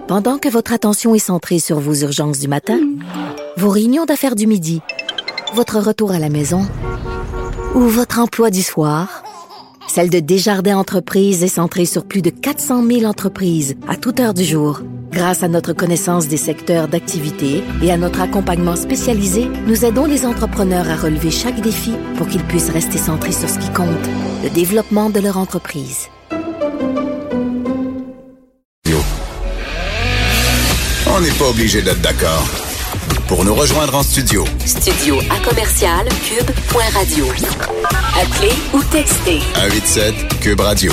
Pendant que votre attention est centrée sur vos urgences du matin, vos réunions d'affaires du midi, votre retour à la maison ou votre emploi du soir, celle de Desjardins Entreprises est centrée sur plus de 400 000 entreprises à toute heure du jour. Grâce à notre connaissance des secteurs d'activité et à notre accompagnement spécialisé, nous aidons les entrepreneurs à relever chaque défi pour qu'ils puissent rester centrés sur ce qui compte, le développement de leur entreprise. On n'est pas obligé d'être d'accord. Pour nous rejoindre en studio. Studio à commercial cube.radio. Appelez ou textez. 187 Cube Radio.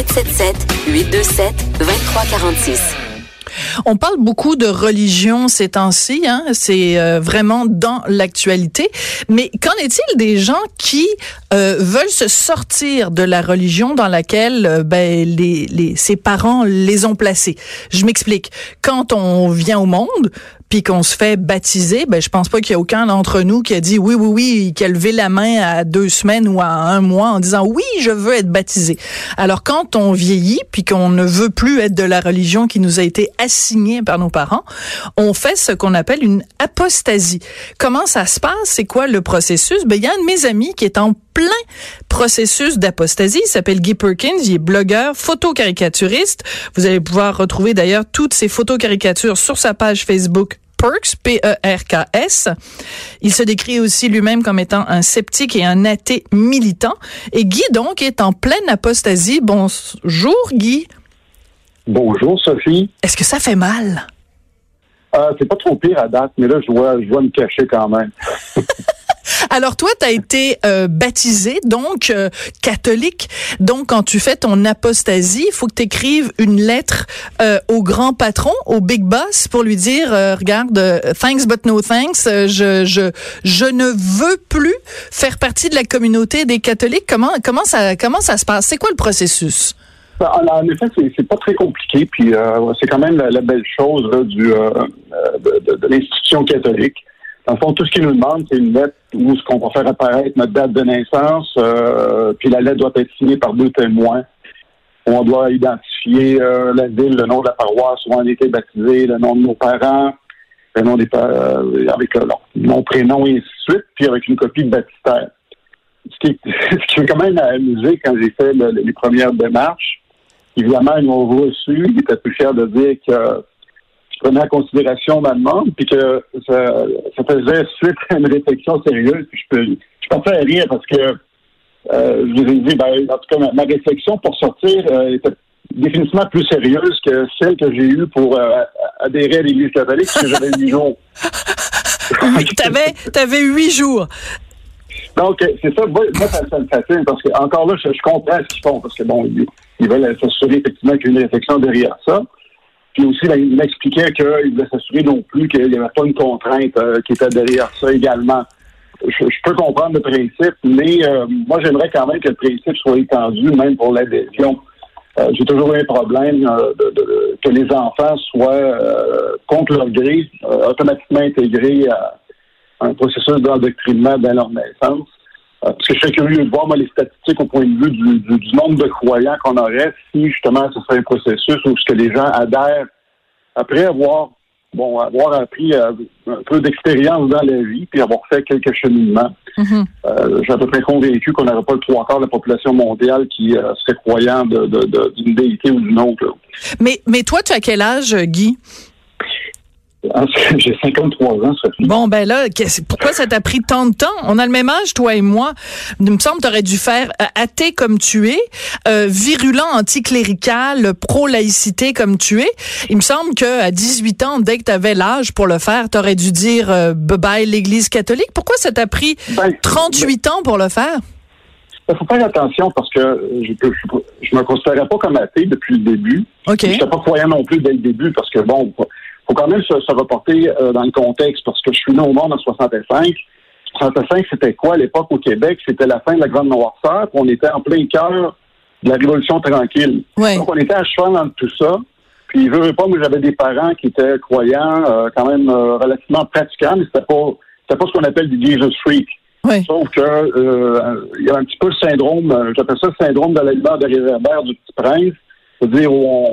1877-827-2346. On parle beaucoup de religion ces temps-ci, hein? C'est vraiment dans l'actualité. Mais qu'en est-il des gens qui veulent se sortir de la religion dans laquelle ses parents les ont placés? Je m'explique. Quand on vient au monde, puis qu'on se fait baptiser, je pense pas qu'il y a aucun d'entre nous qui a dit oui, qui a levé la main à 2 semaines ou à 1 mois en disant oui, je veux être baptisé. Alors quand on vieillit puis qu'on ne veut plus être de la religion qui nous a été assignée par nos parents, on fait ce qu'on appelle une apostasie. Comment ça se passe? C'est quoi le processus? Il y a un de mes amis qui est en plein processus d'apostasie. Il s'appelle Guy Perkins. Il est blogueur, photo-caricaturiste. Vous allez pouvoir retrouver d'ailleurs toutes ses photos-caricatures sur sa page Facebook Perks, P-E-R-K-S. Il se décrit aussi lui-même comme étant un sceptique et un athée militant. Et Guy, donc, est en pleine apostasie. Bonjour, Guy. Bonjour, Sophie. Est-ce que ça fait mal? C'est pas trop pire à date, mais là, je dois me cacher quand même. Alors toi, tu as été baptisé, donc catholique. Donc quand tu fais ton apostasie, il faut que tu écrives une lettre au grand patron, au big boss, pour lui dire regarde, thanks but no thanks, je ne veux plus faire partie de la communauté des catholiques. Comment ça se passe? C'est quoi le processus? En effet, c'est pas très compliqué, puis c'est quand même la belle chose là, de l'institution catholique. Dans le fond, tout ce qu'ils nous demandent, c'est une lettre où ce qu'on va faire apparaître notre date de naissance, puis la lettre doit être signée par 2 témoins. On doit identifier la ville, le nom de la paroisse où on a été baptisé, le nom de nos parents, le nom des avec leur nom, prénom et ainsi de suite, puis avec une copie de baptistère. Ce qui m'a quand même amusé quand j'ai fait les premières démarches. Évidemment, ils m'ont reçu, ils étaient plus fiers de dire que je prenais en considération ma demande, puis que ça faisait suite à une réflexion sérieuse. Puis je pensais à rire parce que je vous ai dit, en tout cas, ma réflexion pour sortir était définitivement plus sérieuse que celle que j'ai eue pour adhérer à l'Église catholique, parce que j'avais 8 jours. T'avais 8 jours. Donc, c'est ça. Moi, ça me fascine parce que, encore là, je comprends ce qu'ils font parce que, ils veulent s'assurer effectivement qu'il y a une réflexion derrière ça. Puis aussi, il m'expliquait qu'ils voulaient s'assurer non plus qu'il n'y avait pas une contrainte qui était derrière ça également. Je peux comprendre le principe, mais moi, j'aimerais quand même que le principe soit étendu, même pour l'adhésion. J'ai toujours eu un problème que les enfants soient, contre leur gré, automatiquement intégrés à un processus d'endoctrinement dès leur naissance. Parce que je serais curieux de voir, moi, les statistiques au point de vue du nombre de croyants qu'on aurait si, justement, ce serait un processus où ce que les gens adhèrent après avoir appris un peu d'expérience dans la vie puis avoir fait quelques cheminements. Mm-hmm. Je suis à peu près convaincu qu'on n'aurait pas le 3/4 de la population mondiale qui serait croyant d'une déité ou d'une autre. Là. Mais toi, tu as quel âge, Guy? J'ai 53 ans, Sophie. Bon, là, pourquoi ça t'a pris tant de temps? On a le même âge, toi et moi. Il me semble que tu aurais dû faire athée comme tu es, virulent anticlérical, pro-laïcité comme tu es. Il me semble qu'à 18 ans, dès que tu avais l'âge pour le faire, tu aurais dû dire bye-bye l'Église catholique. Pourquoi ça t'a pris 38 ans pour le faire? Il faut faire attention parce que je me considérais pas comme athée depuis le début. Okay. Je n'étais pas croyant non plus dès le début parce que faut quand même se reporter dans le contexte parce que je suis né au monde en 65. 65, c'était quoi à l'époque au Québec? C'était la fin de la Grande Noirceur. On était en plein cœur de la Révolution tranquille. Ouais. Donc, on était à cheval dans tout ça. Puis, je veux pas, mais j'avais des parents qui étaient croyants, quand même relativement pratiquants, mais c'était pas ce qu'on appelle du Jesus freak. Oui. Sauf que il y a un petit peu le syndrome, j'appelle ça le syndrome de l'aliment de réverbère du Petit Prince, c'est-à-dire où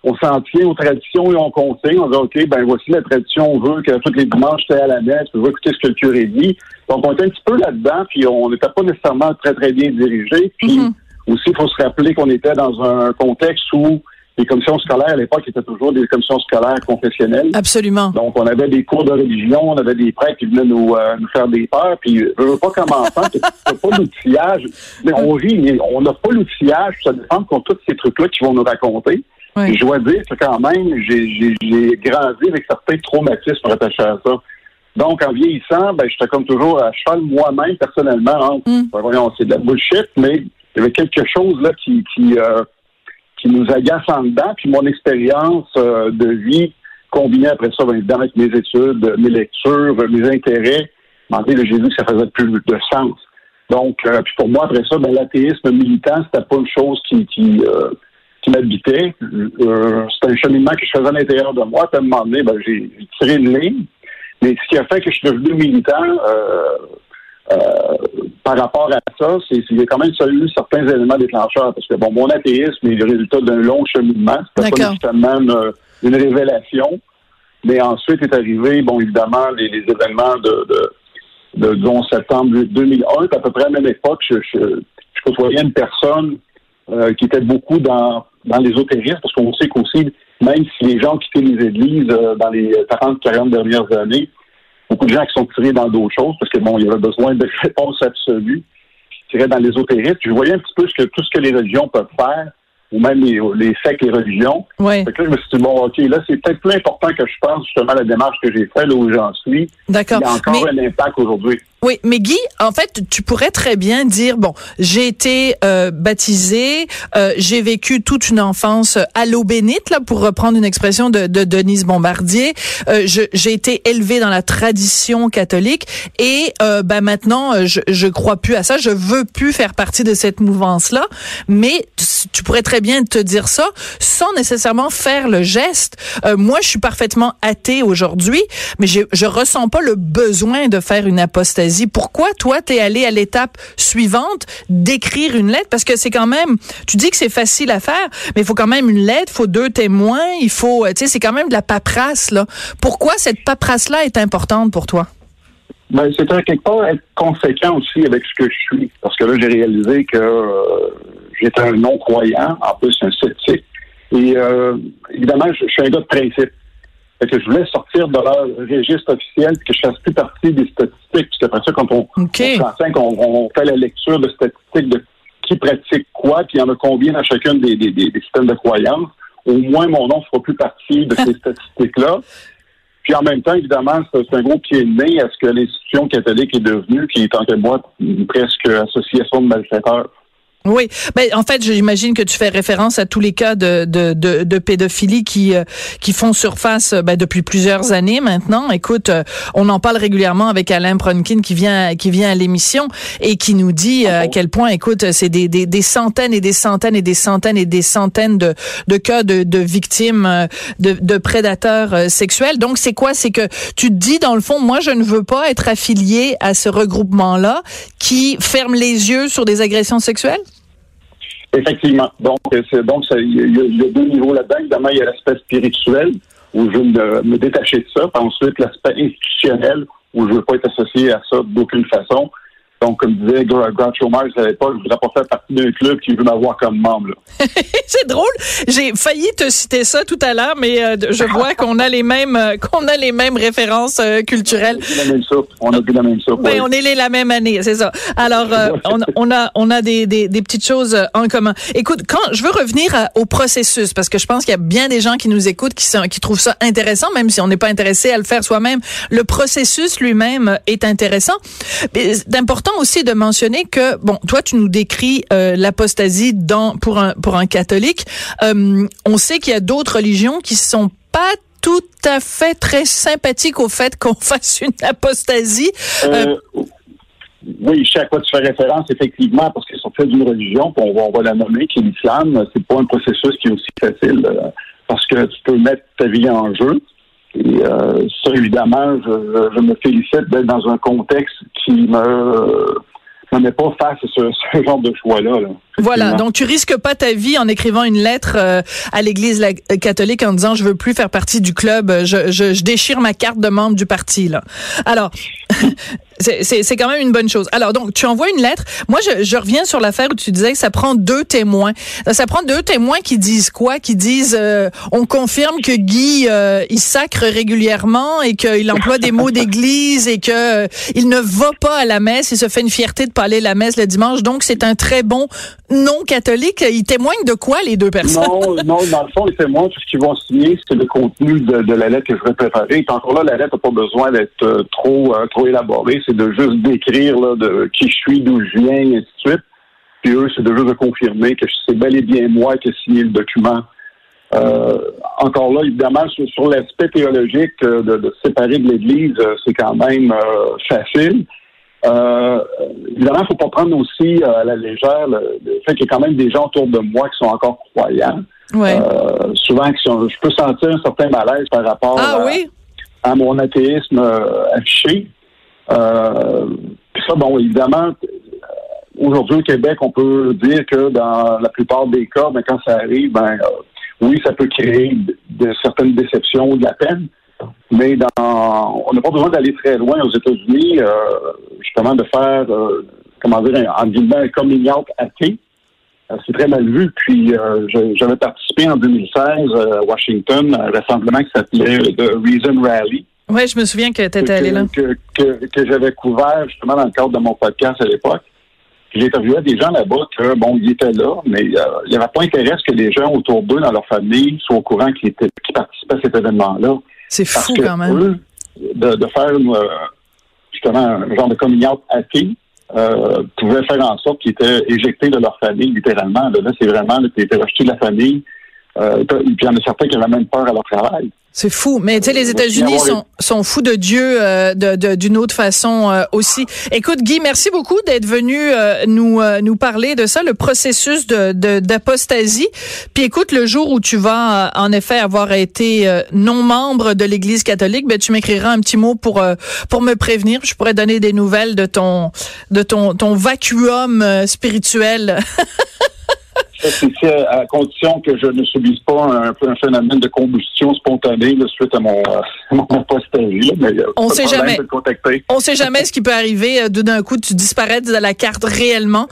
on s'en tient aux traditions et on consigne. On dit, OK, ben voici la tradition, on veut que tous les dimanches, tu es à la messe, on veut écouter ce que le curé dit. Donc, on était un petit peu là-dedans, puis on n'était pas nécessairement très, très bien dirigé. Puis aussi, il faut se rappeler qu'on était dans un contexte où les commissions scolaires, à l'époque, étaient toujours des commissions scolaires confessionnelles. Absolument. Donc, on avait des cours de religion, on avait des prêtres qui venaient nous faire des peurs. Puis, je veux pas comme enfant, t'as pas l'outillage. Mais on rit, mais on n'a pas l'outillage. Ça dépend de tous ces trucs-là qu'ils vont nous raconter. Oui. Et je dois dire que quand même, j'ai grandi avec certains traumatismes rattachés à ça. Donc, en vieillissant, ben, j'étais comme toujours à cheval moi-même, personnellement. Voyons, c'est de la bullshit, mais il y avait quelque chose là qui nous agace en dedans. Puis mon expérience de vie, combinée après ça, bien évidemment, avec mes études, mes lectures, mes intérêts, j'ai vu que ça faisait plus de sens. Donc, puis pour moi, après ça, ben, l'athéisme militant, c'était pas une chose qui m'habitait. C'était un cheminement que je faisais à l'intérieur de moi. Puis à un moment donné, ben, j'ai tiré une ligne. Mais ce qui a fait que je suis devenu militant par rapport à ça, c'est qu'il y a quand même eu certains éléments déclencheurs. Parce que bon, mon athéisme est le résultat d'un long cheminement. C'était pas nécessairement une révélation. Mais ensuite est arrivé, bon, évidemment, les événements de septembre 2001. À peu près à la même époque, je côtoyais une personne qui était beaucoup dans l'ésotérisme, parce qu'on sait qu'aussi, même si les gens ont quitté les églises dans les 40 dernières années, beaucoup de gens qui sont tirés dans d'autres choses, parce que bon, il y avait besoin de réponses absolues, qui tiraient dans l'ésotérisme. Je voyais un petit peu tout ce que les religions peuvent faire, ou même les sectes, les religions. Ouais. Fait que là, je me suis dit, bon, OK, là, c'est peut-être plus important que je pense justement à la démarche que j'ai faite, là où j'en suis. D'accord. Il y a encore un impact aujourd'hui. Oui, mais Guy, en fait, tu pourrais très bien dire, bon, j'ai été baptisé, j'ai vécu toute une enfance à l'eau bénite, là, pour reprendre une expression de Denise Bombardier. J'ai été élevée dans la tradition catholique et ben maintenant, je crois plus à ça, je veux plus faire partie de cette mouvance-là. Mais tu pourrais très bien te dire ça sans nécessairement faire le geste. Moi, je suis parfaitement athée aujourd'hui, mais je ressens pas le besoin de faire une apostasie. Pourquoi, toi, t'es allé à l'étape suivante d'écrire une lettre? Parce que c'est quand même, tu dis que c'est facile à faire, mais il faut quand même une lettre, il faut 2 témoins, il faut, tu sais, c'est quand même de la paperasse, là. Pourquoi cette paperasse-là est importante pour toi? Ben, c'est à quelque part être conséquent aussi avec ce que je suis. Parce que là, j'ai réalisé que j'étais un non-croyant, en plus un sceptique. Et évidemment, je suis un gars de principe. Fait que je voulais sortir de leur registre officiel et que je fasse plus partie des statistiques. Parce qu'après ça, quand on s'enseigne, on fait la lecture de statistiques de qui pratique quoi, puis il y en a combien dans chacun des systèmes de croyances, au moins mon nom ne fera plus partie de ces statistiques-là. Puis en même temps, évidemment, c'est un gros pied de nez à ce que l'institution catholique est devenue, qui est en quelque moi presque association de malfaiteurs. Oui, ben en fait, j'imagine que tu fais référence à tous les cas de pédophilie qui font surface depuis plusieurs années maintenant. Écoute, on en parle régulièrement avec Alain Pronkin qui vient à l'émission et qui nous dit à quel point, écoute, c'est des centaines et des centaines et des centaines et des centaines de cas de victimes de prédateurs sexuels. Donc c'est quoi? C'est que tu te dis dans le fond, moi je ne veux pas être affilié à ce regroupement-là qui ferme les yeux sur des agressions sexuelles? Effectivement. Donc, il y a 2 niveaux là-dedans. Évidemment, il y a l'aspect spirituel, où je veux me détacher de ça. Puis ensuite, l'aspect institutionnel, où je ne veux pas être associé à ça d'aucune façon. Donc, comme disait Groucho Marx à l'époque, je ne voudrais pas faire partie d'un club qui veut m'avoir comme membre. C'est drôle. J'ai failli te citer ça tout à l'heure, mais je vois qu'on a les mêmes références culturelles. On a bu la même soupe. Ben, on est la même année, c'est ça. Alors, on a des petites choses en commun. Écoute, quand je veux revenir au processus, parce que je pense qu'il y a bien des gens qui nous écoutent qui trouvent ça intéressant, même si on n'est pas intéressé à le faire soi-même. Le processus lui-même est intéressant. Mais c'est important aussi de mentionner que, bon, toi, tu nous décris l'apostasie pour un catholique. On sait qu'il y a d'autres religions qui sont pas tout à fait très sympathiques au fait qu'on fasse une apostasie. Oui, je sais à quoi tu fais référence, effectivement, parce qu'ils sont faits d'une religion, puis on va la nommer, qui est l'islam. C'est pas un processus qui est aussi facile, parce que tu peux mettre ta vie en jeu. Et ça, évidemment, je me félicite d'être dans un contexte qui me ne mets pas face à ce genre de choix-là. Là. Voilà, donc tu risques pas ta vie en écrivant une lettre à l'Église catholique en disant je veux plus faire partie du club, je déchire ma carte de membre du parti là. Alors c'est quand même une bonne chose. Alors donc tu envoies une lettre. Moi je reviens sur l'affaire où tu disais que ça prend 2 témoins. Ça prend 2 témoins qui disent quoi? Qui disent on confirme que Guy il sacre régulièrement et qu'il emploie des mots d'église et que il ne va pas à la messe, il se fait une fierté de pas aller à la messe le dimanche. Donc c'est un très bon non-catholique. Ils témoignent de quoi, les 2 personnes? Non, dans le fond, les témoins, tout ce qu'ils vont signer, c'est le contenu de la lettre que je vais préparer. Et encore là, la lettre n'a pas besoin d'être trop élaborée. C'est de juste décrire là, de qui je suis, d'où je viens, et ainsi de suite. Puis eux, c'est de juste de confirmer que c'est bel et bien moi qui ai signé le document. Encore là, évidemment, sur l'aspect théologique de se séparer de l'Église, c'est quand même facile. Évidemment, il ne faut pas prendre aussi à la légère le fait qu'il y a quand même des gens autour de moi qui sont encore croyants. Ouais. Souvent, je peux sentir un certain malaise par rapport à mon athéisme affiché. Puis ça, bon, évidemment, aujourd'hui au Québec, on peut dire que dans la plupart des cas, quand ça arrive, oui, ça peut créer de certaines déceptions ou de la peine. Mais on n'a pas besoin d'aller très loin aux États-Unis, justement, de faire, en guillemets, un coming out athée. C'est très mal vu. Puis, j'avais participé en 2016 à Washington à un rassemblement qui s'appelait The Reason Rally. Oui, je me souviens que tu étais allé là. Que j'avais couvert, justement, dans le cadre de mon podcast à l'époque. J'interviewais des gens là-bas que, bon, ils étaient là, mais il n'y avait pas intérêt à ce que les gens autour d'eux, dans leur famille, soient au courant qu'ils participaient à cet événement-là. C'est fou quand même. Eux, de faire justement un genre de coming out athée pouvaient faire en sorte qu'ils étaient éjectés de leur famille, littéralement. Là, c'est vraiment qu'ils étaient rejetés de la famille. Puis il y en a certains qui avaient même peur à leur travail. C'est fou, mais tu sais, les États-Unis sont fous de Dieu d'une autre façon aussi. Écoute, Guy, merci beaucoup d'être venu nous parler de ça, le processus d'apostasie. Puis écoute, le jour où tu vas en effet avoir été non membre de l'Église catholique, ben tu m'écriras un petit mot pour me prévenir. Je pourrais donner des nouvelles de ton vacuum spirituel. C'est à condition que je ne subisse pas un phénomène de combustion spontanée suite à mon apostasie. On sait jamais. On sait jamais ce qui peut arriver. D'un coup, tu disparais de la carte réellement.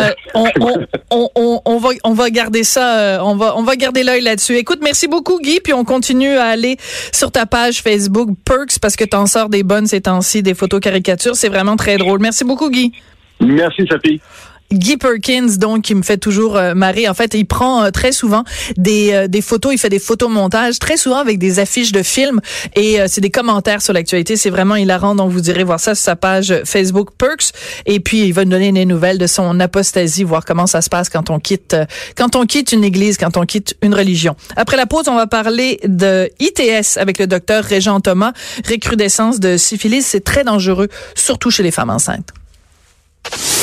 On va garder ça. On va garder l'œil là-dessus. Écoute, merci beaucoup, Guy. Puis on continue à aller sur ta page Facebook Perks parce que t'en sors des bonnes ces temps-ci, des photos caricatures. C'est vraiment très drôle. Merci beaucoup, Guy. Merci, Sophie. Guy Perkins, donc, qui me fait toujours marrer. En fait, il prend très souvent des photos, il fait des photomontages, très souvent avec des affiches de films, et c'est des commentaires sur l'actualité. C'est vraiment hilarant, donc vous irez voir ça sur sa page Facebook Perks. Et puis, il va nous donner des nouvelles de son apostasie, voir comment ça se passe quand on quitte une église, quand on quitte une religion. Après la pause, on va parler de ITS avec le docteur Régent Thomas. Recrudescence de syphilis, c'est très dangereux, surtout chez les femmes enceintes.